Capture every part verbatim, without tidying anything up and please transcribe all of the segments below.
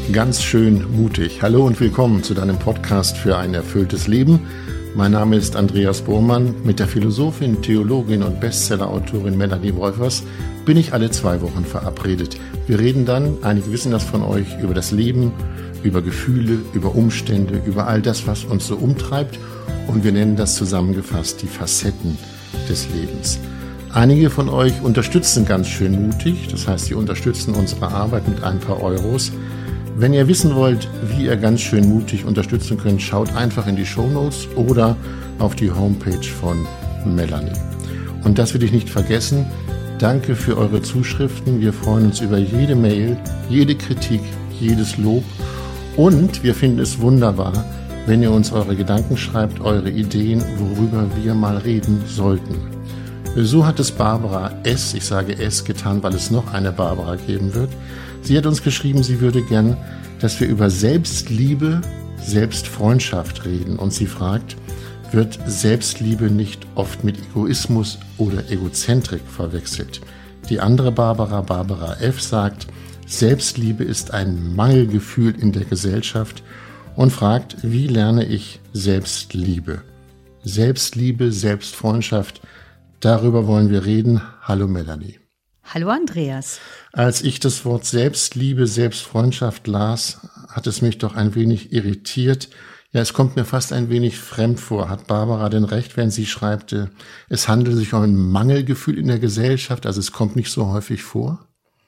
Ganz schön mutig. Hallo und willkommen zu deinem Podcast für ein erfülltes Leben. Mein Name ist Andreas Bohrmann. Mit der Philosophin, Theologin und Bestsellerautorin Melanie Wolfers bin ich alle zwei Wochen verabredet. Wir reden dann, einige wissen das von euch, über das Leben, über Gefühle, über Umstände, über all das, was uns so umtreibt. Und wir nennen das zusammengefasst die Facetten des Lebens. Einige von euch unterstützen ganz schön mutig. Das heißt, sie unterstützen unsere Arbeit mit ein paar Euros. Wenn ihr wissen wollt, wie ihr ganz schön mutig unterstützen könnt, schaut einfach in die Shownotes oder auf die Homepage von Melanie. Und das will ich nicht vergessen. Danke für eure Zuschriften. Wir freuen uns über jede Mail, jede Kritik, jedes Lob. Und wir finden es wunderbar, wenn ihr uns eure Gedanken schreibt, eure Ideen, worüber wir mal reden sollten. So hat es Barbara S., ich sage S, getan, weil es noch eine Barbara geben wird. Sie hat uns geschrieben, sie würde gern, dass wir über Selbstliebe, Selbstfreundschaft reden. Und sie fragt, wird Selbstliebe nicht oft mit Egoismus oder Egozentrik verwechselt? Die andere Barbara, Barbara F., sagt, Selbstliebe ist ein Mangelgefühl in der Gesellschaft und fragt, wie lerne ich Selbstliebe? Selbstliebe, Selbstfreundschaft, darüber wollen wir reden. Hallo Melanie. Hallo Andreas. Als ich das Wort Selbstliebe, Selbstfreundschaft las, hat es mich doch ein wenig irritiert. Ja, es kommt mir fast ein wenig fremd vor. Hat Barbara denn recht, wenn sie schreibt, es handelt sich um ein Mangelgefühl in der Gesellschaft, also es kommt nicht so häufig vor?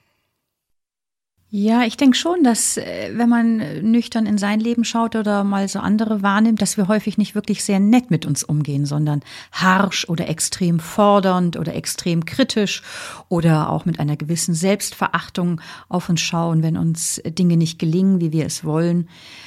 Ja, ich denke schon, dass wenn man nüchtern in sein Leben schaut oder mal so andere wahrnimmt, dass wir häufig nicht wirklich sehr nett mit uns umgehen, sondern harsch oder extrem fordernd oder extrem kritisch oder auch mit einer gewissen Selbstverachtung auf uns schauen, wenn uns Dinge nicht gelingen, wie wir es wollen.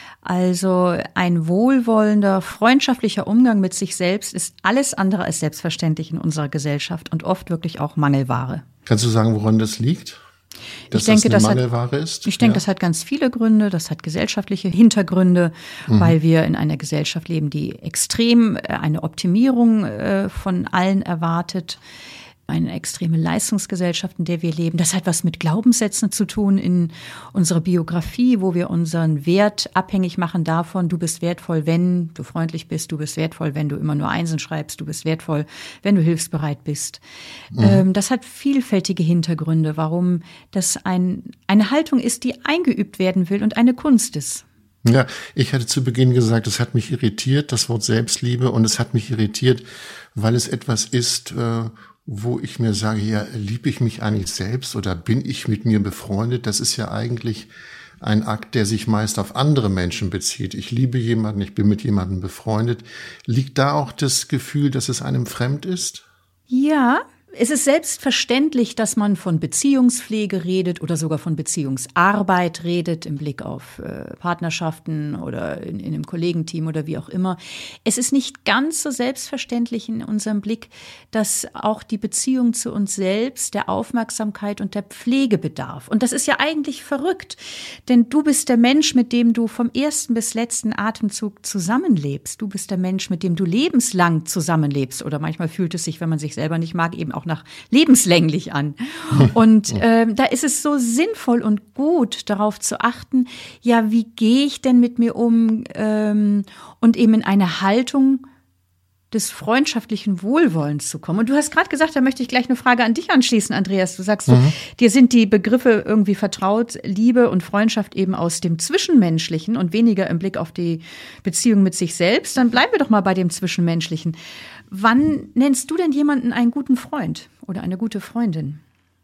Also ein wohlwollender, freundschaftlicher Umgang mit sich selbst ist alles andere als selbstverständlich in unserer Gesellschaft und oft wirklich auch Mangelware. Kannst du sagen, woran das liegt? Dass ich denke, das eine das Mangelware hat, ist? Ich denke, ja. das hat ganz viele Gründe. Das hat gesellschaftliche Hintergründe, mhm. weil wir in einer Gesellschaft leben, die extrem eine Optimierung von allen erwartet. Eine extreme Leistungsgesellschaft, in der wir leben. Das hat was mit Glaubenssätzen zu tun in unserer Biografie, wo wir unseren Wert abhängig machen davon, du bist wertvoll, wenn du freundlich bist, du bist wertvoll, wenn du immer nur Einsen schreibst, du bist wertvoll, wenn du hilfsbereit bist. Mhm. Ähm, das hat vielfältige Hintergründe, warum das ein, eine Haltung ist, die eingeübt werden will und eine Kunst ist. Ja, ich hatte zu Beginn gesagt, es hat mich irritiert, das Wort Selbstliebe, und es hat mich irritiert, weil es etwas ist, äh, wo ich mir sage, ja, liebe ich mich eigentlich selbst oder bin ich mit mir befreundet? Das ist ja eigentlich ein Akt, der sich meist auf andere Menschen bezieht. Ich liebe jemanden, ich bin mit jemandem befreundet. Liegt da auch das Gefühl, dass es einem fremd ist? Ja. Es ist selbstverständlich, dass man von Beziehungspflege redet oder sogar von Beziehungsarbeit redet im Blick auf äh, Partnerschaften oder in, in einem Kollegenteam oder wie auch immer. Es ist nicht ganz so selbstverständlich in unserem Blick, dass auch die Beziehung zu uns selbst der Aufmerksamkeit und der Pflege bedarf. Und das ist ja eigentlich verrückt, denn du bist der Mensch, mit dem du vom ersten bis letzten Atemzug zusammenlebst. Du bist der Mensch, mit dem du lebenslang zusammenlebst. Oder manchmal fühlt es sich, wenn man sich selber nicht mag, eben auch nach lebenslänglich an. Und ähm, da ist es so sinnvoll und gut, darauf zu achten, ja, wie gehe ich denn mit mir um ähm, und eben in eine Haltung des freundschaftlichen Wohlwollens zu kommen. Und du hast gerade gesagt, da möchte ich gleich eine Frage an dich anschließen, Andreas. Du sagst, mhm. so, dir sind die Begriffe irgendwie vertraut, Liebe und Freundschaft eben aus dem Zwischenmenschlichen und weniger im Blick auf die Beziehung mit sich selbst. Dann bleiben wir doch mal bei dem Zwischenmenschlichen. Wann nennst du denn jemanden einen guten Freund oder eine gute Freundin?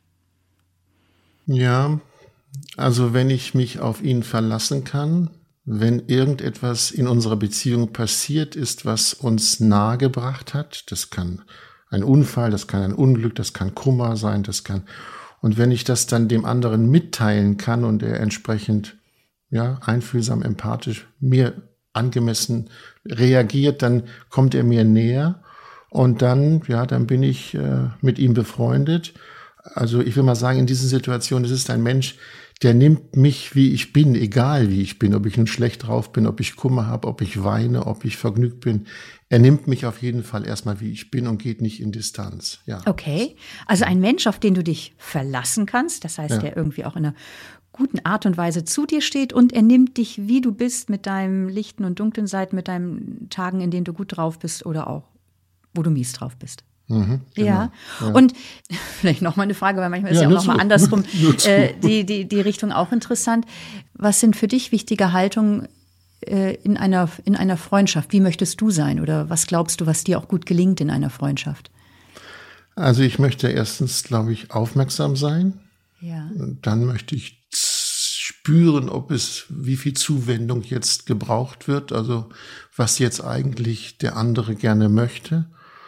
Ja, also wenn ich mich auf ihn verlassen kann, wenn irgendetwas in unserer Beziehung passiert ist, was uns nahegebracht hat, das kann ein Unfall, das kann ein Unglück, das kann Kummer sein, das kann, und wenn ich das dann dem anderen mitteilen kann und er entsprechend, ja, einfühlsam, empathisch, mir angemessen reagiert, dann kommt er mir näher und dann, ja, dann bin ich äh, mit ihm befreundet. Also ich will mal sagen, in diesen Situationen, es ist ein Mensch, der nimmt mich, wie ich bin, egal wie ich bin, ob ich nun schlecht drauf bin, ob ich Kummer habe, ob ich weine, ob ich vergnügt bin. Er nimmt mich auf jeden Fall erstmal, wie ich bin, und geht nicht in Distanz. Ja. Okay, also ein Mensch, auf den du dich verlassen kannst, das heißt, ja. der irgendwie auch in einer guten Art und Weise zu dir steht und er nimmt dich, wie du bist, mit deinen lichten und dunklen Seiten, mit deinen Tagen, in denen du gut drauf bist oder auch, wo du mies drauf bist. Mhm, genau. ja. ja, und vielleicht noch mal eine Frage, weil manchmal ist ja, ja auch noch mal andersrum äh, die, die, die, die Richtung auch interessant. Was sind für dich wichtige Haltungen äh, in einer, in einer Freundschaft? Wie möchtest du sein oder was glaubst du, was dir auch gut gelingt in einer Freundschaft? Also ich möchte erstens, glaube ich, aufmerksam sein. Ja. Dann möchte ich spüren, ob es, wie viel Zuwendung jetzt gebraucht wird, also was jetzt eigentlich der andere gerne möchte.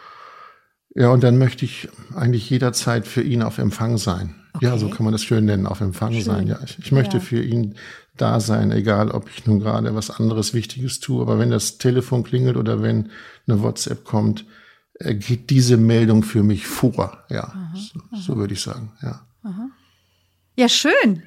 Ja, und dann möchte ich eigentlich jederzeit für ihn auf Empfang sein. Okay. Ja, so kann man das schön nennen, auf Empfang schön. sein. Ja, ich, ich möchte ja. für ihn da sein, egal ob ich nun gerade was anderes Wichtiges tue. Aber wenn das Telefon klingelt oder wenn eine WhatsApp kommt, geht diese Meldung für mich vor. Ja, aha, so, aha. so würde ich sagen. Ja, aha. Ja, schön.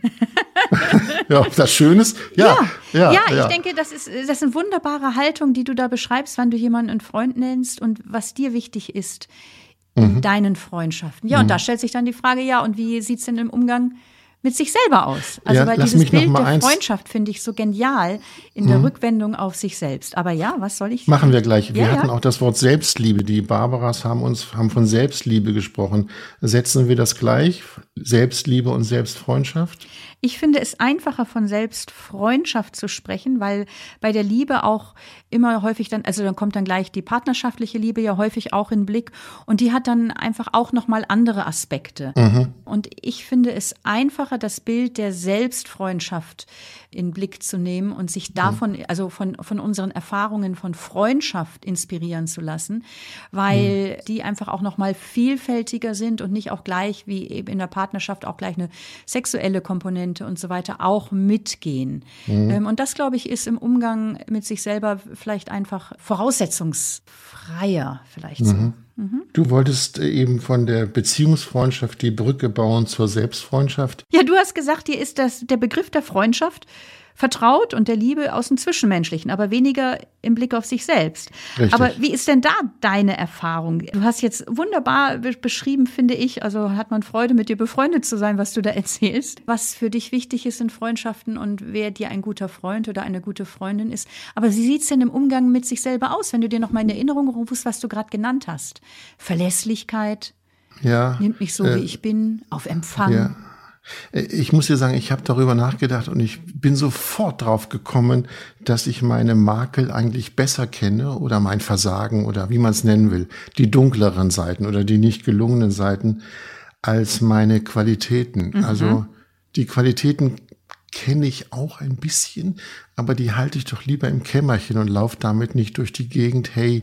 ja, ob das schön ist? Ja, ja, ja, ja, ja. Ich denke, das ist, das ist eine wunderbare Haltung, die du da beschreibst, wann du jemanden einen Freund nennst und was dir wichtig ist in mhm. deinen Freundschaften. Ja, mhm. und da stellt sich dann die Frage, ja, und wie sieht's denn im Umgang mit sich selber aus? Also, ja, weil lass dieses mich Bild noch mal der eins Freundschaft finde ich so genial in der mhm. Rückwendung auf sich selbst. Aber ja, was soll ich? Machen wir gleich. Wir ja, hatten ja. auch das Wort Selbstliebe. Die Barbaras haben uns, haben von Selbstliebe gesprochen. Setzen wir das gleich? Selbstliebe und Selbstfreundschaft? Ich finde es einfacher, von Selbstfreundschaft zu sprechen, weil bei der Liebe auch immer häufig dann, also dann kommt dann gleich die partnerschaftliche Liebe ja häufig auch in den Blick und die hat dann einfach auch nochmal andere Aspekte. Mhm. Und ich finde es einfacher, das Bild der Selbstfreundschaft in den Blick zu nehmen und sich davon, mhm. also von, von unseren Erfahrungen von Freundschaft inspirieren zu lassen, weil mhm. die einfach auch nochmal vielfältiger sind und nicht auch gleich wie eben in der Partnerschaft auch gleich eine sexuelle Komponente und so weiter auch mitgehen. Mhm. Und das, glaube ich, ist im Umgang mit sich selber vielleicht einfach voraussetzungsfreier, vielleicht so. Mhm. Mhm. Du wolltest eben von der Beziehungsfreundschaft die Brücke bauen zur Selbstfreundschaft. Ja, du hast gesagt, dir ist das, der Begriff der Freundschaft vertraut und der Liebe aus dem Zwischenmenschlichen, aber weniger im Blick auf sich selbst. Richtig. Aber wie ist denn da deine Erfahrung? Du hast jetzt wunderbar be- beschrieben, finde ich, also hat man Freude, mit dir befreundet zu sein, was du da erzählst, was für dich wichtig ist in Freundschaften und wer dir ein guter Freund oder eine gute Freundin ist. Aber wie sieht's denn im Umgang mit sich selber aus, wenn du dir noch mal in Erinnerung rufst, was du gerade genannt hast? Verlässlichkeit, ja, nimmt mich so, äh, wie ich bin, auf Empfang. Ja. Ich muss dir sagen, ich habe darüber nachgedacht und ich bin sofort drauf gekommen, dass ich meine Makel eigentlich besser kenne oder mein Versagen oder wie man es nennen will, die dunkleren Seiten oder die nicht gelungenen Seiten als meine Qualitäten. Mhm. Also die Qualitäten kenne ich auch ein bisschen, aber die halte ich doch lieber im Kämmerchen und laufe damit nicht durch die Gegend, hey,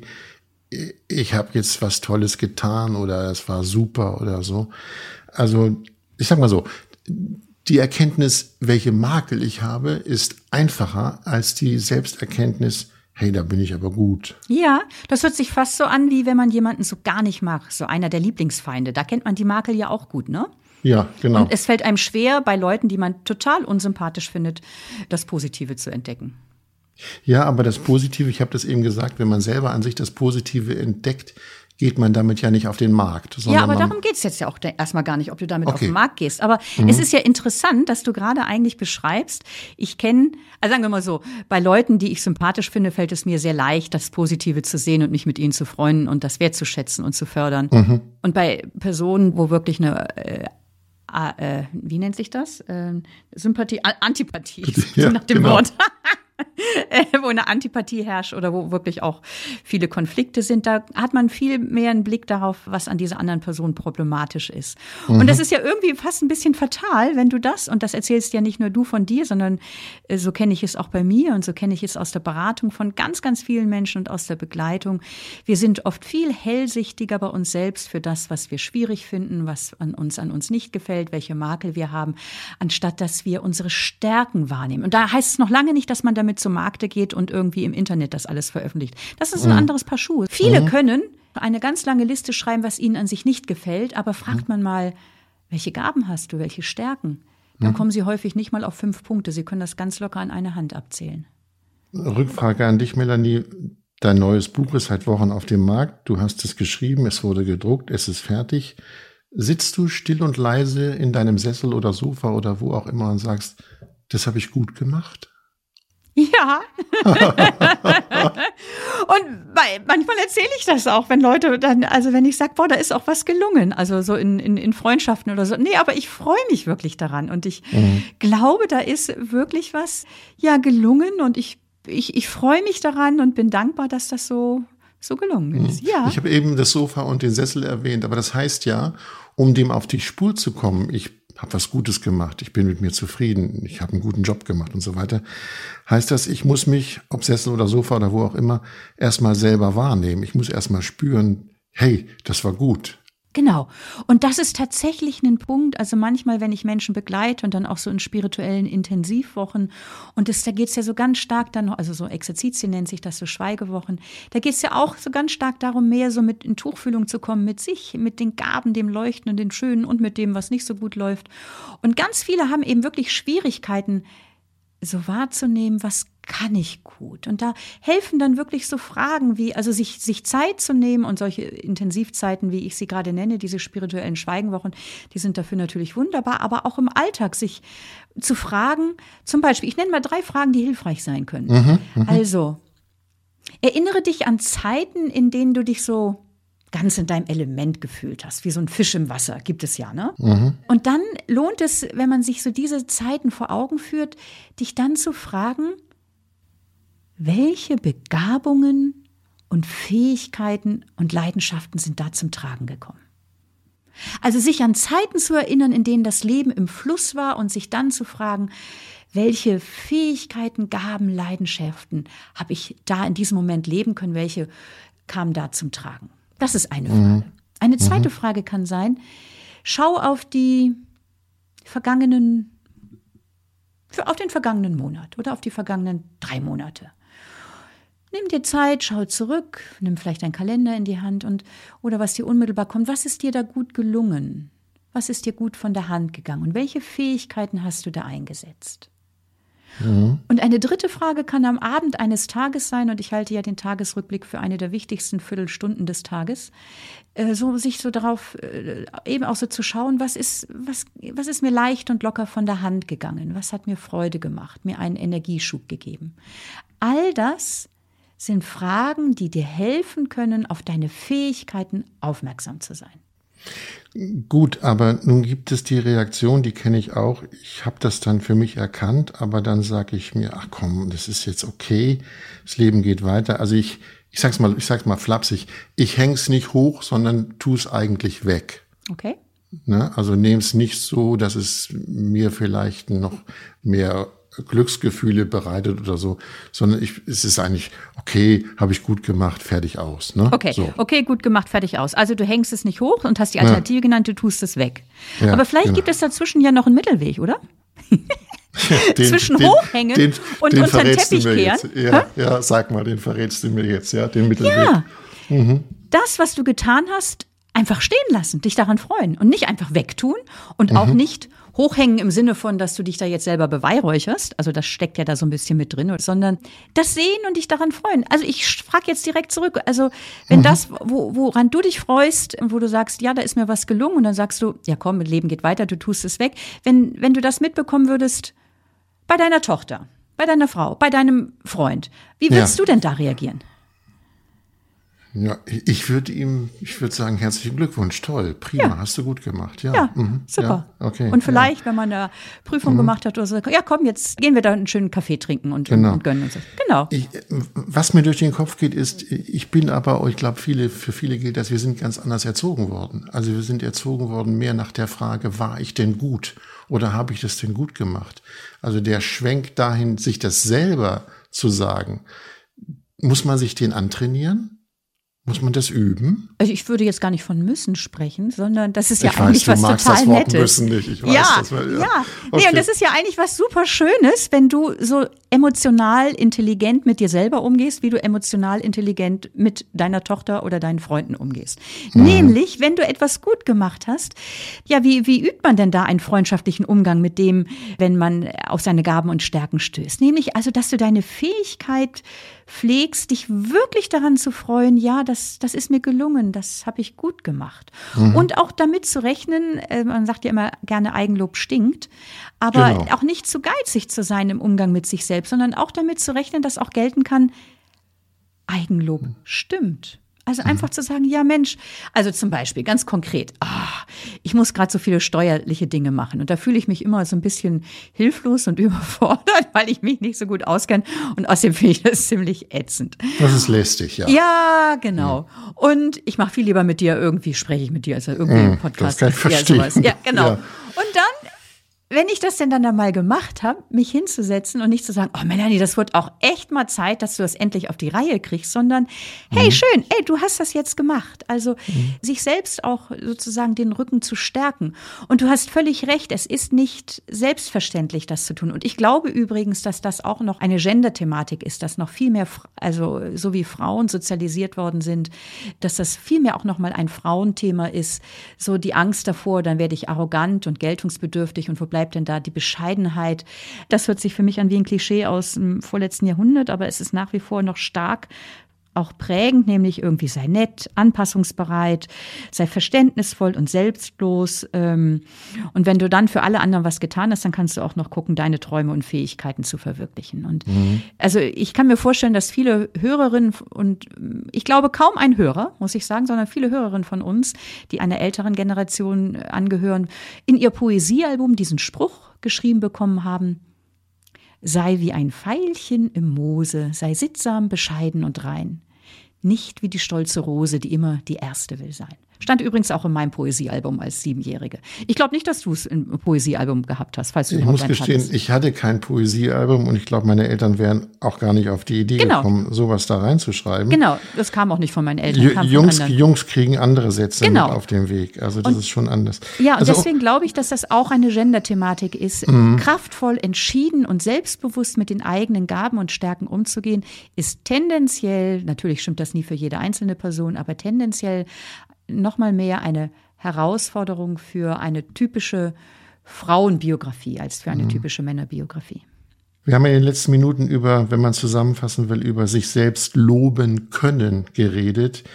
ich habe jetzt was Tolles getan oder es war super oder so. Also ich sag mal so, die Erkenntnis, welche Makel ich habe, ist einfacher als die Selbsterkenntnis, hey, da bin ich aber gut. Ja, das hört sich fast so an, wie wenn man jemanden so gar nicht mag, so einer der Lieblingsfeinde. Da kennt man die Makel ja auch gut, ne? Ja, genau. Und es fällt einem schwer, bei Leuten, die man total unsympathisch findet, das Positive zu entdecken. Ja, aber das Positive, ich habe das eben gesagt, wenn man selber an sich das Positive entdeckt, geht man damit ja nicht auf den Markt. Ja, aber darum geht's jetzt ja auch erstmal gar nicht, ob du damit okay. auf den Markt gehst. Aber mhm. es ist ja interessant, dass du gerade eigentlich beschreibst, ich kenne, also sagen wir mal so, bei Leuten, die ich sympathisch finde, fällt es mir sehr leicht, das Positive zu sehen und mich mit ihnen zu freuen und das wertzuschätzen und zu fördern. Mhm. Und bei Personen, wo wirklich eine äh, äh, wie nennt sich das? Äh, Sympathie, Antipathie, ja, nach dem genau. Wort. wo eine Antipathie herrscht oder wo wirklich auch viele Konflikte sind, da hat man viel mehr einen Blick darauf, was an dieser anderen Person problematisch ist. Mhm. Und das ist ja irgendwie fast ein bisschen fatal, wenn du das, und das erzählst ja nicht nur du von dir, sondern äh, so kenne ich es auch bei mir und so kenne ich es aus der Beratung von ganz, ganz vielen Menschen und aus der Begleitung. Wir sind oft viel hellsichtiger bei uns selbst für das, was wir schwierig finden, was an uns, an uns nicht gefällt, welche Makel wir haben, anstatt dass wir unsere Stärken wahrnehmen. Und da heißt es noch lange nicht, dass man damit zum Markte geht und irgendwie im Internet das alles veröffentlicht. Das ist ein mhm. anderes Paar Schuhe. Viele mhm. können eine ganz lange Liste schreiben, was ihnen an sich nicht gefällt, aber fragt man mal, welche Gaben hast du, welche Stärken? Dann mhm. kommen sie häufig nicht mal auf fünf Punkte. Sie können das ganz locker an eine Hand abzählen. Rückfrage an dich, Melanie. Dein neues Buch ist seit Wochen auf dem Markt. Du hast es geschrieben, es wurde gedruckt, es ist fertig. Sitzt du still und leise in deinem Sessel oder Sofa oder wo auch immer und sagst, das habe ich gut gemacht? Ja. Und manchmal erzähle ich das auch, wenn Leute dann, also wenn ich sage, boah, da ist auch was gelungen, also so in, in, in Freundschaften oder so. Nee, aber ich freue mich wirklich daran und ich mhm. glaube, da ist wirklich was, ja, gelungen und ich, ich, ich freue mich daran und bin dankbar, dass das so, so gelungen ist. Ja. Ich habe eben das Sofa und den Sessel erwähnt, aber das heißt ja, um dem auf die Spur zu kommen, ich habe was Gutes gemacht, ich bin mit mir zufrieden, ich habe einen guten Job gemacht und so weiter, heißt das, ich muss mich, ob Sessel oder Sofa oder wo auch immer, erstmal selber wahrnehmen. Ich muss erstmal spüren, hey, das war gut. Genau. Und das ist tatsächlich ein Punkt, also manchmal, wenn ich Menschen begleite und dann auch so in spirituellen Intensivwochen und das, da geht's ja so ganz stark dann noch, also so Exerzitien nennt sich das, so Schweigewochen, da geht's ja auch so ganz stark darum, mehr so mit in Tuchfühlung zu kommen mit sich, mit den Gaben, dem Leuchten und den Schönen und mit dem, was nicht so gut läuft. Und ganz viele haben eben wirklich Schwierigkeiten, so wahrzunehmen, was kann ich gut. Und da helfen dann wirklich so Fragen wie, also sich, sich Zeit zu nehmen und solche Intensivzeiten, wie ich sie gerade nenne, diese spirituellen Schweigenwochen, die sind dafür natürlich wunderbar, aber auch im Alltag sich zu fragen, zum Beispiel, ich nenne mal drei Fragen, die hilfreich sein können. Mhm, mh. Also, erinnere dich an Zeiten, in denen du dich so ganz in deinem Element gefühlt hast, wie so ein Fisch im Wasser, gibt es ja, ne? Mhm. Und dann lohnt es, wenn man sich so diese Zeiten vor Augen führt, dich dann zu fragen, welche Begabungen und Fähigkeiten und Leidenschaften sind da zum Tragen gekommen? Also sich an Zeiten zu erinnern, in denen das Leben im Fluss war und sich dann zu fragen, welche Fähigkeiten, Gaben, Leidenschaften habe ich da in diesem Moment leben können, welche kamen da zum Tragen? Das ist eine Frage. Eine zweite mhm. Frage kann sein, schau auf die vergangenen, auf den vergangenen Monat oder auf die vergangenen drei Monate. Nimm dir Zeit, schau zurück, nimm vielleicht deinen Kalender in die Hand und oder was dir unmittelbar kommt. Was ist dir da gut gelungen? Was ist dir gut von der Hand gegangen? Und welche Fähigkeiten hast du da eingesetzt? Mhm. Und eine dritte Frage kann am Abend eines Tages sein, und ich halte ja den Tagesrückblick für eine der wichtigsten Viertelstunden des Tages, äh, so sich so darauf äh, eben auch so zu schauen, was ist, was, was ist mir leicht und locker von der Hand gegangen? Was hat mir Freude gemacht, mir einen Energieschub gegeben? All das sind Fragen, die dir helfen können, auf deine Fähigkeiten aufmerksam zu sein. Gut, aber nun gibt es die Reaktion, die kenne ich auch. Ich habe das dann für mich erkannt, aber dann sage ich mir, ach komm, das ist jetzt okay, das Leben geht weiter. Also ich, ich sag's mal, ich sag's mal flapsig, ich häng's nicht hoch, sondern tu's eigentlich weg. Okay. Ne? Also nehm's nicht so, dass es mir vielleicht noch mehr Glücksgefühle bereitet oder so, sondern ich, es ist eigentlich, okay, habe ich gut gemacht, fertig aus. Ne? Okay, so. okay, gut gemacht, fertig aus. Also du hängst es nicht hoch und hast die Alternative ja. genannt, du tust es weg. Ja, aber vielleicht genau. gibt es dazwischen ja noch einen Mittelweg, oder? den, Zwischen den, Hochhängen den, und den unter den Teppich kehren. Ja, ja, sag mal, den verrätst du mir jetzt, ja, den Mittelweg. Ja, mhm. das, was du getan hast, einfach stehen lassen, dich daran freuen und nicht einfach wegtun und mhm. auch nicht hochhängen im Sinne von, dass du dich da jetzt selber beweihräucherst, also das steckt ja da so ein bisschen mit drin, sondern das sehen und dich daran freuen. Also ich frage jetzt direkt zurück, also wenn mhm. das, wo, woran du dich freust, wo du sagst, ja, da ist mir was gelungen und dann sagst du, ja komm, das Leben geht weiter, du tust es weg. Wenn, wenn du das mitbekommen würdest bei deiner Tochter, bei deiner Frau, bei deinem Freund, wie würdest ja. du denn da reagieren? Ja, ich würde ihm, ich würde sagen, herzlichen Glückwunsch, toll, prima, ja. hast du gut gemacht. Ja, ja mhm. super. Ja, okay. Und vielleicht, ja. wenn man eine Prüfung mhm. gemacht hat oder so, ja komm, jetzt gehen wir da einen schönen Kaffee trinken und, genau. und gönnen uns das. Genau. Ich, was mir durch den Kopf geht, ist, ich bin aber, ich glaube, viele, für viele gilt das, wir sind ganz anders erzogen worden. Also wir sind erzogen worden mehr nach der Frage, war ich denn gut oder habe ich das denn gut gemacht? Also der Schwenk dahin, sich das selber zu sagen, muss man sich den antrainieren? Muss man das üben? Also ich würde jetzt gar nicht von müssen sprechen, sondern das ist ja ich eigentlich weiß, was total Nettes. Müssen nicht. Ich weiß, ja, das war, ja, ja. Okay. Nee, und das ist ja eigentlich was super Schönes, wenn du so emotional intelligent mit dir selber umgehst, wie du emotional intelligent mit deiner Tochter oder deinen Freunden umgehst. Mhm. Nämlich, wenn du etwas gut gemacht hast, ja, wie, wie übt man denn da einen freundschaftlichen Umgang mit dem, wenn man auf seine Gaben und Stärken stößt? Nämlich also, dass du deine Fähigkeit pflegst, dich wirklich daran zu freuen, ja, das, das ist mir gelungen, das habe ich gut gemacht. Mhm. Und auch damit zu rechnen, äh, man sagt ja immer gerne, Eigenlob stinkt, aber genau. auch nicht zu geizig zu sein im Umgang mit sich selbst, sondern auch damit zu rechnen, dass auch gelten kann, Eigenlob mhm. stimmt. Also einfach zu sagen, ja Mensch, also zum Beispiel ganz konkret, ah, ich muss gerade so viele steuerliche Dinge machen und da fühle ich mich immer so ein bisschen hilflos und überfordert, weil ich mich nicht so gut auskenne und außerdem finde ich das ziemlich ätzend. Das ist lästig, ja. Ja, genau. Ja. Und ich mache viel lieber mit dir, irgendwie spreche ich mit dir, als irgendwie im Podcast. Das kann ich verstehen. Ja, sowas. Ja, genau. Ja. Und dann, wenn ich das denn dann einmal gemacht habe, mich hinzusetzen und nicht zu sagen, oh Melanie, das wird auch echt mal Zeit, dass du das endlich auf die Reihe kriegst, sondern hey, mhm. schön, ey, du hast das jetzt gemacht. Also mhm. sich selbst auch sozusagen den Rücken zu stärken. Und du hast völlig recht, es ist nicht selbstverständlich, das zu tun. Und ich glaube übrigens, dass das auch noch eine Gender-Thematik ist, dass noch viel mehr, also so wie Frauen sozialisiert worden sind, dass das viel mehr auch noch mal ein Frauenthema ist. So die Angst davor, dann werde ich arrogant und geltungsbedürftig und wo bleibt denn da die Bescheidenheit? Das hört sich für mich an wie ein Klischee aus dem vorletzten Jahrhundert, aber es ist nach wie vor noch stark auch prägend, nämlich irgendwie sei nett, anpassungsbereit, sei verständnisvoll und selbstlos. Und wenn du dann für alle anderen was getan hast, dann kannst du auch noch gucken, deine Träume und Fähigkeiten zu verwirklichen. Und mhm. also ich kann mir vorstellen, dass viele Hörerinnen und ich glaube kaum ein Hörer, muss ich sagen, sondern viele Hörerinnen von uns, die einer älteren Generation angehören, in ihr Poesiealbum diesen Spruch geschrieben bekommen haben: Sei wie ein Veilchen im Moose, sei sittsam, bescheiden und rein. Nicht wie die stolze Rose, die immer die Erste will sein. Stand übrigens auch in meinem Poesiealbum als Siebenjährige. Ich glaube nicht, dass du es im Poesiealbum gehabt hast, falls du Ich muss gestehen, hattest. Ich hatte kein Poesiealbum und ich glaube, meine Eltern wären auch gar nicht auf die Idee genau. gekommen, sowas da reinzuschreiben. Genau, das kam auch nicht von meinen Eltern. J- Jungs, Jungs kriegen andere Sätze genau. mit auf dem Weg. Also das und, ist schon anders. Ja, und also, deswegen glaube ich, dass das auch eine Gender-Thematik ist. Mhm. Kraftvoll, entschieden und selbstbewusst mit den eigenen Gaben und Stärken umzugehen, ist tendenziell, natürlich stimmt das nie für jede einzelne Person, aber tendenziell noch mal mehr eine Herausforderung für eine typische Frauenbiografie als für eine mhm. typische Männerbiografie. Wir haben ja in den letzten Minuten über, wenn man zusammenfassen will, über sich selbst loben können geredet.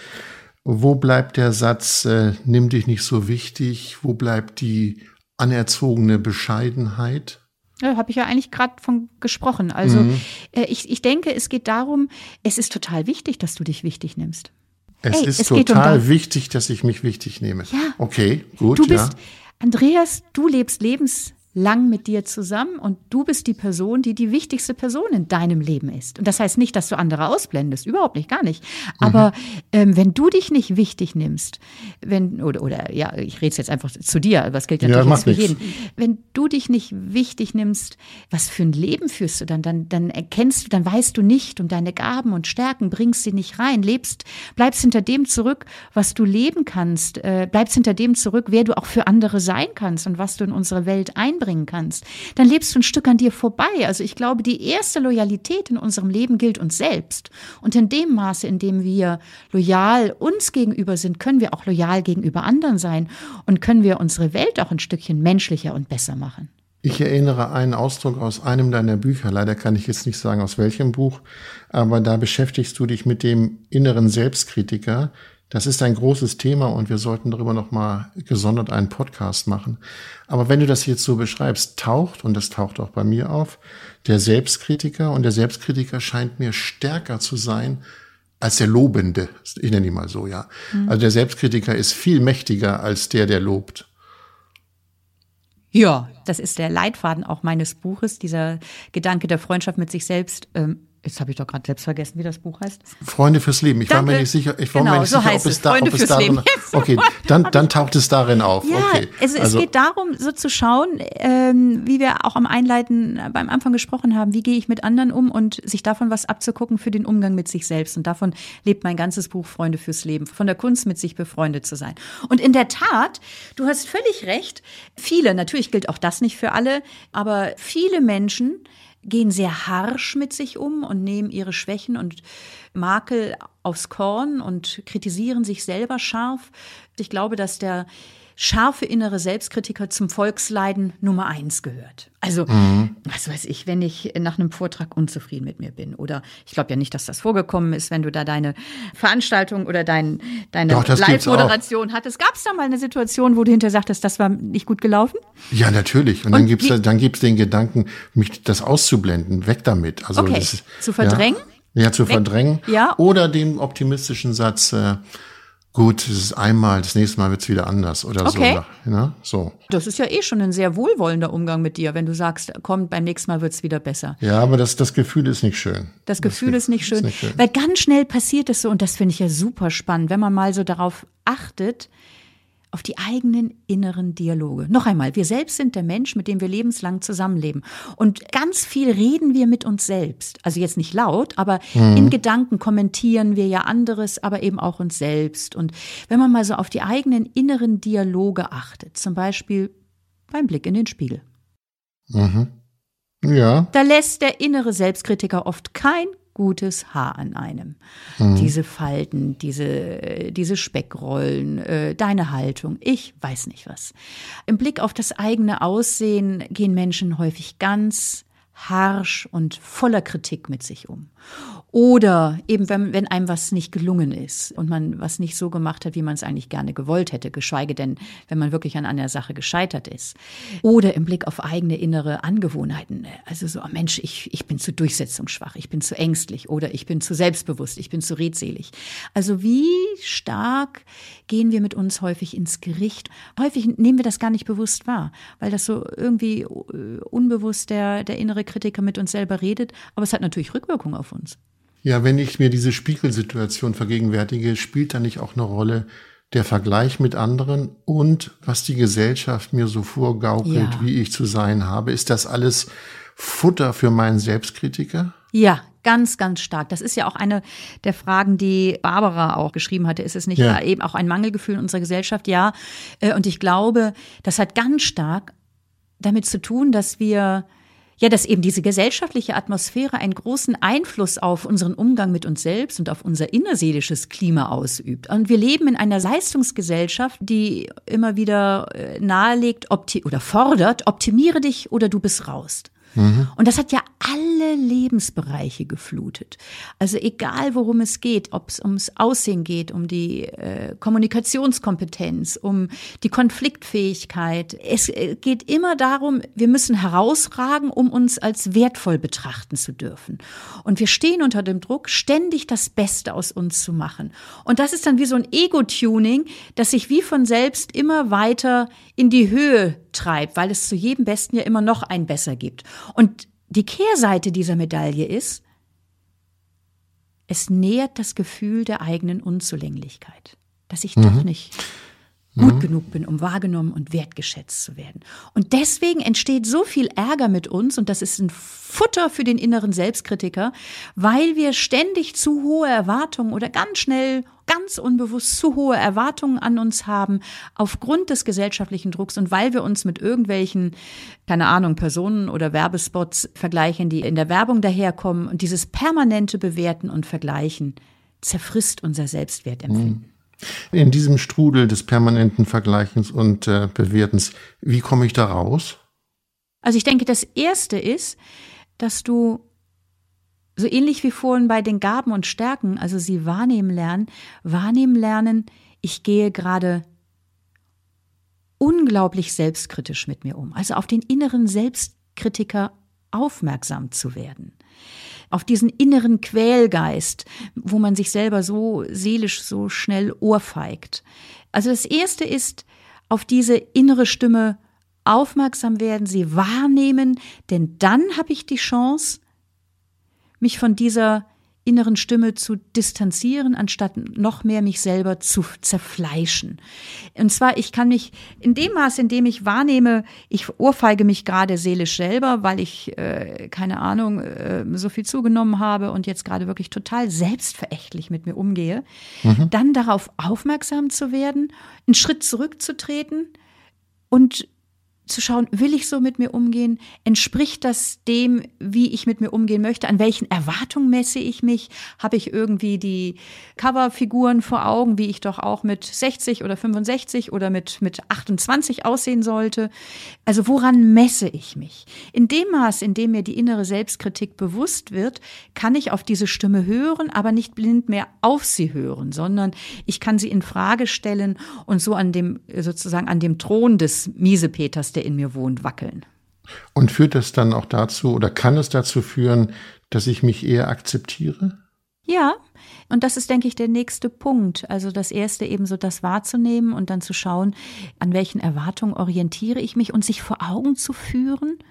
Wo bleibt der Satz, äh, nimm dich nicht so wichtig? Wo bleibt die anerzogene Bescheidenheit? Ja, habe ich ja eigentlich gerade von gesprochen. Also mhm. äh, ich, ich denke, es geht darum, es ist total wichtig, dass du dich wichtig nimmst. Es Ey, ist es total um wichtig, dass ich mich wichtig nehme. Ja. Okay, gut. Du bist, ja. Andreas, du lebst lebenslang mit dir zusammen und du bist die Person, die die wichtigste Person in deinem Leben ist. Und das heißt nicht, dass du andere ausblendest, überhaupt nicht, gar nicht. Aber mhm. ähm, wenn du dich nicht wichtig nimmst, wenn oder oder ja, ich rede jetzt einfach zu dir, aber das gilt natürlich ja, jetzt für jeden. Wenn du dich nicht wichtig nimmst, was für ein Leben führst du dann? Dann dann erkennst du, dann weißt du nicht um deine Gaben und Stärken, bringst sie nicht rein, lebst, bleibst hinter dem zurück, was du leben kannst, äh, bleibst hinter dem zurück, wer du auch für andere sein kannst und was du in unsere Welt einbringen kannst, dann lebst du ein Stück an dir vorbei. Also ich glaube, die erste Loyalität in unserem Leben gilt uns selbst. Und in dem Maße, in dem wir loyal uns gegenüber sind, können wir auch loyal gegenüber anderen sein und können wir unsere Welt auch ein Stückchen menschlicher und besser machen. Ich erinnere einen Ausdruck aus einem deiner Bücher, leider kann ich jetzt nicht sagen, aus welchem Buch, aber da beschäftigst du dich mit dem inneren Selbstkritiker. Das ist ein großes Thema und wir sollten darüber noch mal gesondert einen Podcast machen. Aber wenn du das jetzt so beschreibst, taucht, und das taucht auch bei mir auf, der Selbstkritiker, und der Selbstkritiker scheint mir stärker zu sein als der Lobende. Ich nenne ihn mal so, ja. Mhm. Also der Selbstkritiker ist viel mächtiger als der, der lobt. Ja, das ist der Leitfaden auch meines Buches, dieser Gedanke der Freundschaft mit sich selbst. Ähm Jetzt habe ich doch gerade selbst vergessen, wie das Buch heißt. Freunde fürs Leben. Ich Danke. war mir nicht sicher, ich war genau, mir nicht so sicher, heißt ob es, da, ob es darin. Okay, dann, dann taucht es darin auf. Ja, okay. es, es also, geht darum, so zu schauen, ähm, wie wir auch am Einleiten beim Anfang gesprochen haben, wie gehe ich mit anderen um und sich davon was abzugucken für den Umgang mit sich selbst. Und davon lebt mein ganzes Buch Freunde fürs Leben, von der Kunst, mit sich befreundet zu sein. Und in der Tat, du hast völlig recht, viele, natürlich gilt auch das nicht für alle, aber viele Menschen gehen sehr harsch mit sich um und nehmen ihre Schwächen und Makel aufs Korn und kritisieren sich selber scharf. Ich glaube, dass der scharfe innere Selbstkritiker zum Volksleiden Nummer eins gehört. Also, mhm. was weiß ich, wenn ich nach einem Vortrag unzufrieden mit mir bin oder ich glaube ja nicht, dass das vorgekommen ist, wenn du da deine Veranstaltung oder dein, deine Live-Moderation hattest. Gab es da mal eine Situation, wo du hinterher sagtest, das war nicht gut gelaufen? Ja, natürlich. Und, Und dann gibt's wie, dann gibt's den Gedanken, mich das auszublenden, weg damit. Also okay, das ist, zu verdrängen? Ja, ja zu weg. verdrängen. Ja. Oder den optimistischen Satz, äh, gut, es ist einmal, das nächste Mal wird's wieder anders oder okay. so. Ne? so. Das ist ja eh schon ein sehr wohlwollender Umgang mit dir, wenn du sagst, komm, beim nächsten Mal wird's wieder besser. Ja, aber das, das Gefühl ist nicht schön. Das Gefühl das ist, nicht schön, ist nicht schön. Weil ganz schnell passiert es so, und das finde ich ja super spannend, wenn man mal so darauf achtet, auf die eigenen inneren Dialoge. Noch einmal, wir selbst sind der Mensch, mit dem wir lebenslang zusammenleben. Und ganz viel reden wir mit uns selbst. Also jetzt nicht laut, aber mhm. in Gedanken kommentieren wir ja anderes, aber eben auch uns selbst. Und wenn man mal so auf die eigenen inneren Dialoge achtet, zum Beispiel beim Blick in den Spiegel. Mhm. Ja. Da lässt der innere Selbstkritiker oft kein gutes Haar an einem. Mhm. Diese Falten, diese, diese Speckrollen, äh, deine Haltung, ich weiß nicht was. Im Blick auf das eigene Aussehen gehen Menschen häufig ganz harsch und voller Kritik mit sich um. Oder eben, wenn, wenn einem was nicht gelungen ist und man was nicht so gemacht hat, wie man es eigentlich gerne gewollt hätte, geschweige denn, wenn man wirklich an einer Sache gescheitert ist. Oder im Blick auf eigene innere Angewohnheiten. Also so, oh Mensch, ich, ich bin zu durchsetzungsschwach, ich bin zu ängstlich oder ich bin zu selbstbewusst, ich bin zu redselig. Also wie stark gehen wir mit uns häufig ins Gericht? Häufig nehmen wir das gar nicht bewusst wahr, weil das so irgendwie unbewusst der, der innere Kritiker mit uns selber redet. Aber es hat natürlich Rückwirkungen auf uns. Ja, wenn ich mir diese Spiegelsituation vergegenwärtige, spielt da nicht auch eine Rolle der Vergleich mit anderen und was die Gesellschaft mir so vorgaukelt, ja. wie ich zu sein habe? Ist das alles Futter für meinen Selbstkritiker? Ja, ganz, ganz stark. Das ist ja auch eine der Fragen, die Barbara auch geschrieben hatte. Ist es nicht ja. eben auch ein Mangelgefühl in unserer Gesellschaft? Ja. Und ich glaube, das hat ganz stark damit zu tun, dass wir Ja, dass eben diese gesellschaftliche Atmosphäre einen großen Einfluss auf unseren Umgang mit uns selbst und auf unser innerseelisches Klima ausübt. Und wir leben in einer Leistungsgesellschaft, die immer wieder nahelegt opti- oder fordert, optimiere dich oder du bist raus. Mhm. Und das hat ja alle Lebensbereiche geflutet. Also egal, worum es geht, ob es ums Aussehen geht, um die äh, Kommunikationskompetenz, um die Konfliktfähigkeit. Es äh, geht immer darum, wir müssen herausragen, um uns als wertvoll betrachten zu dürfen. Und wir stehen unter dem Druck, ständig das Beste aus uns zu machen. Und das ist dann wie so ein Ego-Tuning, das sich wie von selbst immer weiter in die Höhe treibt, weil es zu jedem Besten ja immer noch ein Besser gibt. Und die Kehrseite dieser Medaille ist, es nährt das Gefühl der eigenen Unzulänglichkeit, dass ich mhm. doch nicht gut mhm. genug bin, um wahrgenommen und wertgeschätzt zu werden. Und deswegen entsteht so viel Ärger mit uns, und das ist ein Futter für den inneren Selbstkritiker, weil wir ständig zu hohe Erwartungen oder ganz schnell, ganz unbewusst zu hohe Erwartungen an uns haben, aufgrund des gesellschaftlichen Drucks und weil wir uns mit irgendwelchen, keine Ahnung, Personen oder Werbespots vergleichen, die in der Werbung daherkommen, und dieses permanente Bewerten und Vergleichen zerfrisst unser Selbstwertempfinden. Mhm. In diesem Strudel des permanenten Vergleichens und äh, Bewertens, wie komme ich da raus? Also ich denke, das Erste ist, dass du so ähnlich wie vorhin bei den Gaben und Stärken, also sie wahrnehmen lernen, wahrnehmen lernen, ich gehe gerade unglaublich selbstkritisch mit mir um. Also auf den inneren Selbstkritiker aufmerksam zu werden. Auf diesen inneren Quälgeist, wo man sich selber so seelisch so schnell ohrfeigt. Also das Erste ist, auf diese innere Stimme aufmerksam werden, sie wahrnehmen, denn dann habe ich die Chance, mich von dieser inneren Stimme zu distanzieren, anstatt noch mehr mich selber zu zerfleischen. Und zwar, ich kann mich in dem Maß, in dem ich wahrnehme, ich ohrfeige mich gerade seelisch selber, weil ich, äh, keine Ahnung, äh, so viel zugenommen habe und jetzt gerade wirklich total selbstverächtlich mit mir umgehe, mhm. dann darauf aufmerksam zu werden, einen Schritt zurückzutreten und zu schauen, will ich so mit mir umgehen? Entspricht das dem, wie ich mit mir umgehen möchte? An welchen Erwartungen messe ich mich? Habe ich irgendwie die Coverfiguren vor Augen, wie ich doch auch mit sechzig oder fünfundsechzig oder mit, mit achtundzwanzig aussehen sollte? Also woran messe ich mich? In dem Maß, in dem mir die innere Selbstkritik bewusst wird, kann ich auf diese Stimme hören, aber nicht blind mehr auf sie hören, sondern ich kann sie in Frage stellen und so an dem, sozusagen an dem Thron des Miesepeters, der in mir wohnt, wackeln. Und führt das dann auch dazu oder kann es dazu führen, dass ich mich eher akzeptiere? Ja, und das ist, denke ich, der nächste Punkt. Also das erste eben so das wahrzunehmen und dann zu schauen, an welchen Erwartungen orientiere ich mich und sich vor Augen zu führen.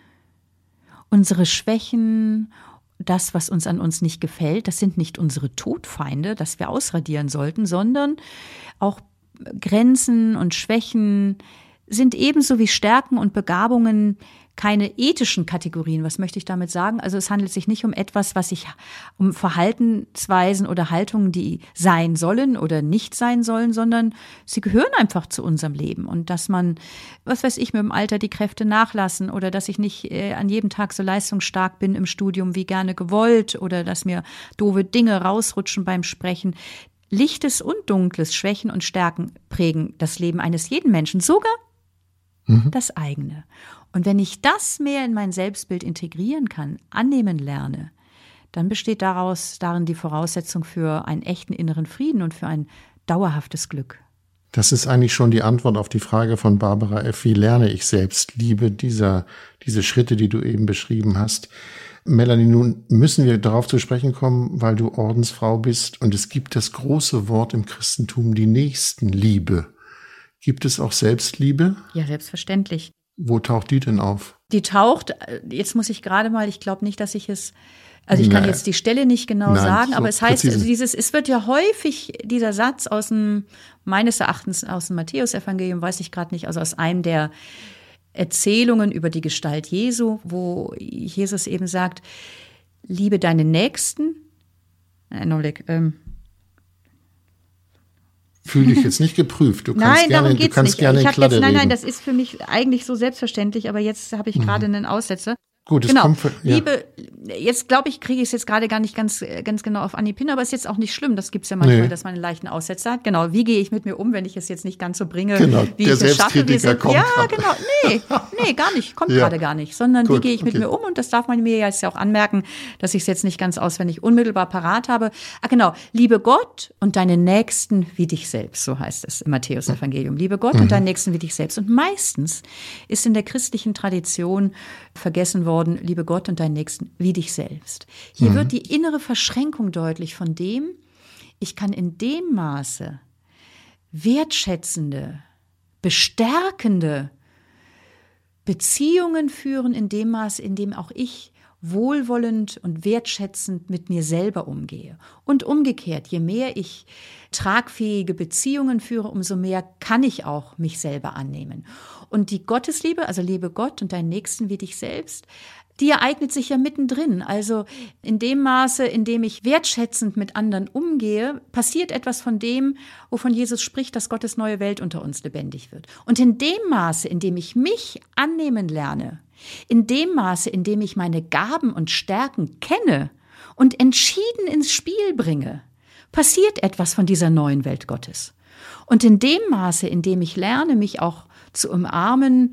Unsere Schwächen, das, was uns an uns nicht gefällt, das sind nicht unsere Todfeinde, das wir ausradieren sollten, sondern auch Grenzen und Schwächen sind ebenso wie Stärken und Begabungen keine ethischen Kategorien. Was möchte ich damit sagen? Also es handelt sich nicht um etwas, was ich, um Verhaltensweisen oder Haltungen, die sein sollen oder nicht sein sollen, sondern sie gehören einfach zu unserem Leben. Und dass man, was weiß ich, mit dem Alter die Kräfte nachlassen oder dass ich nicht äh, an jedem Tag so leistungsstark bin im Studium wie gerne gewollt oder dass mir doofe Dinge rausrutschen beim Sprechen. Lichtes und Dunkles, Schwächen und Stärken prägen das Leben eines jeden Menschen, sogar mhm. das eigene. Und wenn ich das mehr in mein Selbstbild integrieren kann, annehmen lerne, dann besteht daraus darin die Voraussetzung für einen echten inneren Frieden und für ein dauerhaftes Glück. Das ist eigentlich schon die Antwort auf die Frage von Barbara F. Wie lerne ich Selbstliebe, dieser, diese Schritte, die du eben beschrieben hast. Melanie, nun müssen wir darauf zu sprechen kommen, weil du Ordensfrau bist und es gibt das große Wort im Christentum, die Nächstenliebe. Gibt es auch Selbstliebe? Ja, selbstverständlich. Wo taucht die denn auf? Die taucht, jetzt muss ich gerade mal, ich glaube nicht, dass ich es, also ich kann Nein. jetzt die Stelle nicht genau Nein, sagen, so aber es heißt, also dieses, es wird ja häufig dieser Satz aus dem, meines Erachtens aus dem Matthäusevangelium, weiß ich gerade nicht, also aus einem der Erzählungen über die Gestalt Jesu, wo Jesus eben sagt, liebe deine Nächsten. Nein, Augenblick, ähm, Fühle dich jetzt nicht geprüft. Du kannst nein, gerne, darum geht's du kannst nicht. gerne ich in Kladde jetzt, Nein, reden. nein, das ist für mich eigentlich so selbstverständlich, aber jetzt habe ich gerade mhm. einen Aussetzer. Gut, es genau. kommt für, ja. Liebe, jetzt glaube ich, kriege ich es jetzt gerade gar nicht ganz, ganz genau auf Anhieb hin, aber ist jetzt auch nicht schlimm. Das gibt's ja manchmal, nee. dass man einen leichten Aussetzer hat. Genau, wie gehe ich mit mir um, wenn ich es jetzt nicht ganz so bringe, genau, wie der ich es schaffe? Wie sind, kommt ja, grad. genau. Nee, nee, gar nicht. Kommt ja. gerade gar nicht. Sondern Gut, wie gehe ich mit okay. mir um? Und das darf man mir jetzt ja auch anmerken, dass ich es jetzt nicht ganz auswendig unmittelbar parat habe. Ah, genau. Liebe Gott und deine Nächsten wie dich selbst. So heißt es im Matthäusevangelium. Liebe Gott mhm. und deinen Nächsten wie dich selbst. Und meistens ist in der christlichen Tradition vergessen worden, liebe Gott und deinen Nächsten wie dich selbst. Hier mhm. wird die innere Verschränkung deutlich von dem, ich kann in dem Maße wertschätzende, bestärkende Beziehungen führen, in dem Maße, in dem auch ich wohlwollend und wertschätzend mit mir selber umgehe. Und umgekehrt, je mehr ich tragfähige Beziehungen führe, umso mehr kann ich auch mich selber annehmen. Und die Gottesliebe, also liebe Gott und deinen Nächsten wie dich selbst, die ereignet sich ja mittendrin. Also in dem Maße, in dem ich wertschätzend mit anderen umgehe, passiert etwas von dem, wovon Jesus spricht, dass Gottes neue Welt unter uns lebendig wird. Und in dem Maße, in dem ich mich annehmen lerne, in dem Maße, in dem ich meine Gaben und Stärken kenne und entschieden ins Spiel bringe, passiert etwas von dieser neuen Welt Gottes. Und in dem Maße, in dem ich lerne, mich auch zu umarmen,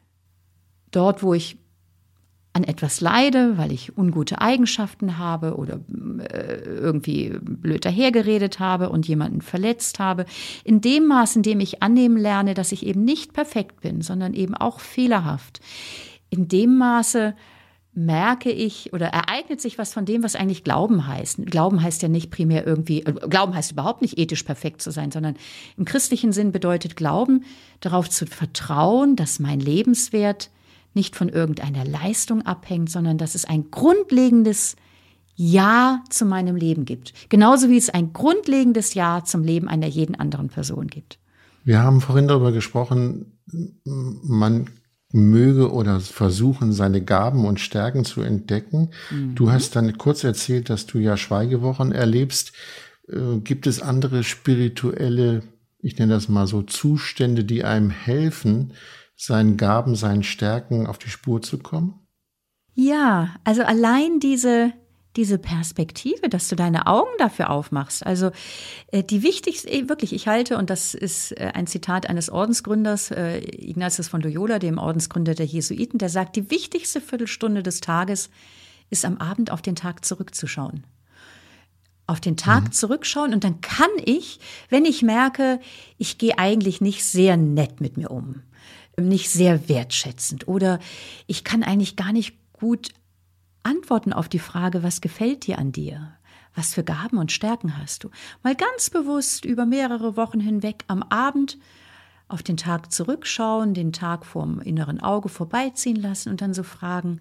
dort, wo ich an etwas leide, weil ich ungute Eigenschaften habe oder äh, irgendwie blöd dahergeredet habe und jemanden verletzt habe. In dem Maß, in dem ich annehmen lerne, dass ich eben nicht perfekt bin, sondern eben auch fehlerhaft. In dem Maße merke ich oder ereignet sich was von dem, was eigentlich Glauben heißt. Glauben heißt ja nicht primär irgendwie, äh, Glauben heißt überhaupt nicht ethisch perfekt zu sein, sondern im christlichen Sinn bedeutet Glauben, darauf zu vertrauen, dass mein Lebenswert nicht von irgendeiner Leistung abhängt, sondern dass es ein grundlegendes Ja zu meinem Leben gibt. Genauso wie es ein grundlegendes Ja zum Leben einer jeden anderen Person gibt. Wir haben vorhin darüber gesprochen, man möge oder versuchen, seine Gaben und Stärken zu entdecken. Mhm. Du hast dann kurz erzählt, dass du ja Schweigewochen erlebst. Äh, gibt es andere spirituelle, ich nenne das mal so, Zustände, die einem helfen, seinen Gaben, seinen Stärken auf die Spur zu kommen? Ja, also allein diese, diese Perspektive, dass du deine Augen dafür aufmachst. Also äh, die wichtigste, eh, wirklich, ich halte, und das ist äh, ein Zitat eines Ordensgründers, äh, Ignatius von Loyola, dem Ordensgründer der Jesuiten, der sagt, die wichtigste Viertelstunde des Tages ist am Abend auf den Tag zurückzuschauen. Auf den Tag mhm. zurückschauen und dann kann ich, wenn ich merke, ich gehe eigentlich nicht sehr nett mit mir um, nicht sehr wertschätzend oder ich kann eigentlich gar nicht gut antworten auf die Frage, was gefällt dir an dir? Was für Gaben und Stärken hast du? Mal ganz bewusst über mehrere Wochen hinweg am Abend auf den Tag zurückschauen, den Tag vorm inneren Auge vorbeiziehen lassen und dann so fragen,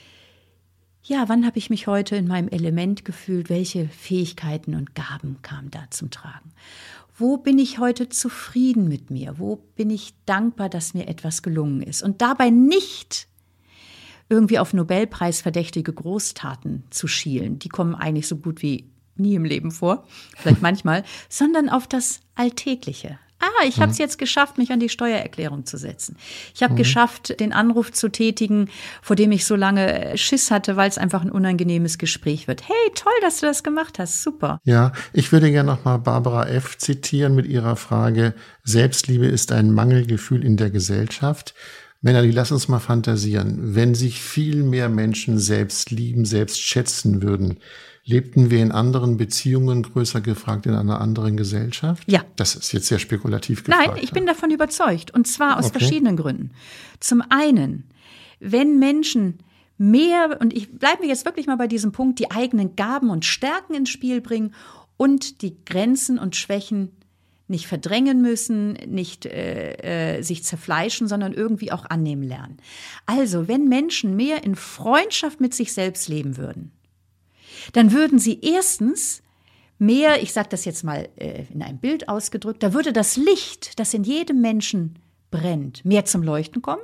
ja, wann habe ich mich heute in meinem Element gefühlt? Welche Fähigkeiten und Gaben kamen da zum Tragen? Wo bin ich heute zufrieden mit mir? Wo bin ich dankbar, dass mir etwas gelungen ist? Und dabei nicht irgendwie auf Nobelpreis verdächtige Großtaten zu schielen. Die kommen eigentlich so gut wie nie im Leben vor, vielleicht manchmal, sondern auf das Alltägliche. Ah, ich habe es jetzt geschafft, mich an die Steuererklärung zu setzen. Ich habe mhm. geschafft, den Anruf zu tätigen, vor dem ich so lange Schiss hatte, weil es einfach ein unangenehmes Gespräch wird. Hey, toll, dass du das gemacht hast. Super. Ja, ich würde gerne noch mal Barbara F. zitieren mit ihrer Frage, Selbstliebe ist ein Mangelgefühl in der Gesellschaft. Melanie, lass uns mal fantasieren. Wenn sich viel mehr Menschen selbst lieben, selbst schätzen würden, lebten wir in anderen Beziehungen, größer gefragt, in einer anderen Gesellschaft? Ja. Das ist jetzt sehr spekulativ gefragt. Nein, ich bin davon überzeugt. Und zwar aus Okay. verschiedenen Gründen. Zum einen, wenn Menschen mehr, und ich bleibe mir jetzt wirklich mal bei diesem Punkt, die eigenen Gaben und Stärken ins Spiel bringen und die Grenzen und Schwächen nicht verdrängen müssen, nicht äh, äh, sich zerfleischen, sondern irgendwie auch annehmen lernen. Also, wenn Menschen mehr in Freundschaft mit sich selbst leben würden, dann würden sie erstens mehr, ich sage das jetzt mal äh, in einem Bild ausgedrückt, da würde das Licht, das in jedem Menschen brennt, mehr zum Leuchten kommen.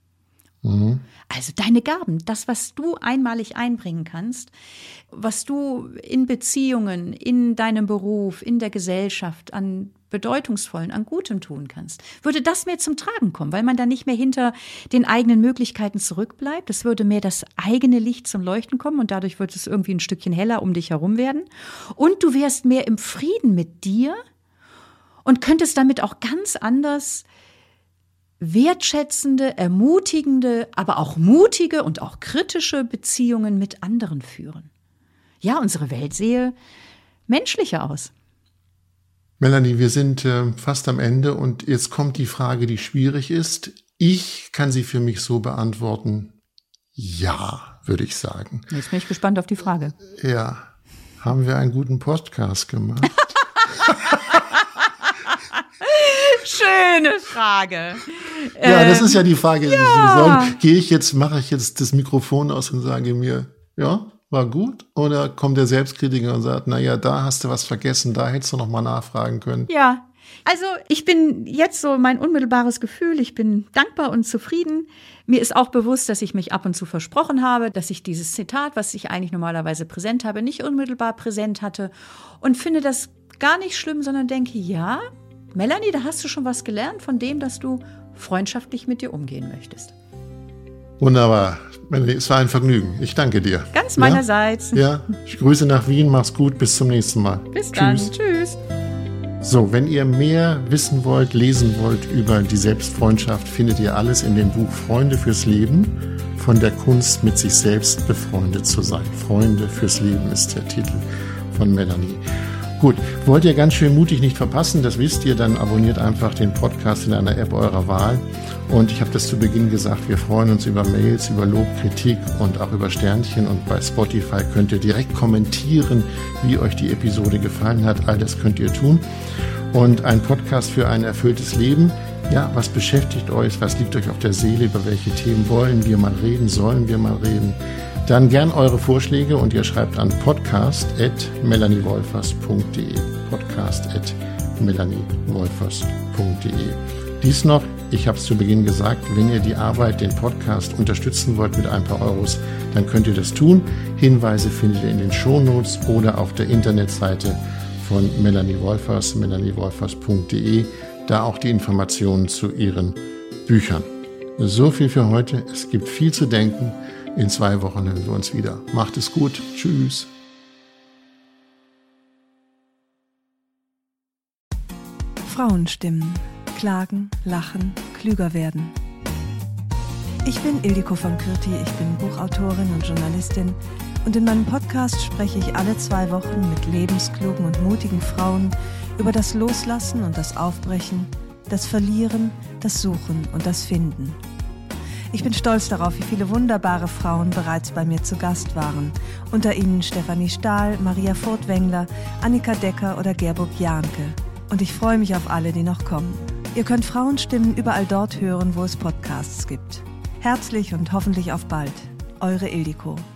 Mhm. Also deine Gaben, das, was du einmalig einbringen kannst, was du in Beziehungen, in deinem Beruf, in der Gesellschaft an Bedeutungsvollen, an Gutem tun kannst, würde das mehr zum Tragen kommen, weil man dann nicht mehr hinter den eigenen Möglichkeiten zurückbleibt. Es würde mehr das eigene Licht zum Leuchten kommen und dadurch wird es irgendwie ein Stückchen heller um dich herum werden. Und du wärst mehr im Frieden mit dir und könntest damit auch ganz anders wertschätzende, ermutigende, aber auch mutige und auch kritische Beziehungen mit anderen führen. Ja, unsere Welt sehe menschlicher aus. Melanie, wir sind äh, fast am Ende und jetzt kommt die Frage, die schwierig ist. Ich kann sie für mich so beantworten, ja, würde ich sagen. Jetzt bin ich gespannt auf die Frage. Ja, haben wir einen guten Podcast gemacht? Schöne Frage. Ja, das ist ja die Frage, die ja. Sie sollen. Gehe ich jetzt, mache ich jetzt das Mikrofon aus und sage mir, ja, war gut? Oder kommt der Selbstkritiker und sagt, na ja, da hast du was vergessen, da hättest du noch mal nachfragen können? Ja, also ich bin jetzt so mein unmittelbares Gefühl, ich bin dankbar und zufrieden. Mir ist auch bewusst, dass ich mich ab und zu versprochen habe, dass ich dieses Zitat, was ich eigentlich normalerweise präsent habe, nicht unmittelbar präsent hatte und finde das gar nicht schlimm, sondern denke, ja, Melanie, da hast du schon was gelernt von dem, dass du freundschaftlich mit dir umgehen möchtest. Wunderbar. Melanie, es war ein Vergnügen. Ich danke dir. Ganz meinerseits. Ja, ja. Ich grüße nach Wien. Mach's gut. Bis zum nächsten Mal. Bis dann. Tschüss. Tschüss. So, wenn ihr mehr wissen wollt, lesen wollt über die Selbstfreundschaft, findet ihr alles in dem Buch Freunde fürs Leben, von der Kunst, mit sich selbst befreundet zu sein. Freunde fürs Leben ist der Titel von Melanie. Gut, wollt ihr ganz schön mutig nicht verpassen, das wisst ihr, dann abonniert einfach den Podcast in einer App eurer Wahl. Und ich habe das zu Beginn gesagt, wir freuen uns über Mails, über Lob, Kritik und auch über Sternchen. Und bei Spotify könnt ihr direkt kommentieren, wie euch die Episode gefallen hat. All das könnt ihr tun. Und ein Podcast für ein erfülltes Leben. Ja, was beschäftigt euch? Was liegt euch auf der Seele? Über welche Themen wollen wir mal reden? Sollen wir mal reden? Dann gern eure Vorschläge und ihr schreibt an podcast at melaniewolfers punkt de. podcast at melaniewolfers punkt de. Dies noch, ich habe es zu Beginn gesagt, wenn ihr die Arbeit, den Podcast unterstützen wollt mit ein paar Euros, dann könnt ihr das tun. Hinweise findet ihr in den Shownotes oder auf der Internetseite von Melanie Wolfers, melaniewolfers punkt de, da auch die Informationen zu ihren Büchern. So viel für heute. Es gibt viel zu denken. In zwei Wochen hören wir uns wieder. Macht es gut. Tschüss. Frauenstimmen. Klagen, lachen, klüger werden. Ich bin Ildiko von Kürti, ich bin Buchautorin und Journalistin und in meinem Podcast spreche ich alle zwei Wochen mit lebensklugen und mutigen Frauen über das Loslassen und das Aufbrechen, das Verlieren, das Suchen und das Finden. Ich bin stolz darauf, wie viele wunderbare Frauen bereits bei mir zu Gast waren. Unter ihnen Stefanie Stahl, Maria Furtwängler, Annika Decker oder Gerburg Jahnke. Und ich freue mich auf alle, die noch kommen. Ihr könnt Frauenstimmen überall dort hören, wo es Podcasts gibt. Herzlich und hoffentlich auf bald. Eure Ildiko.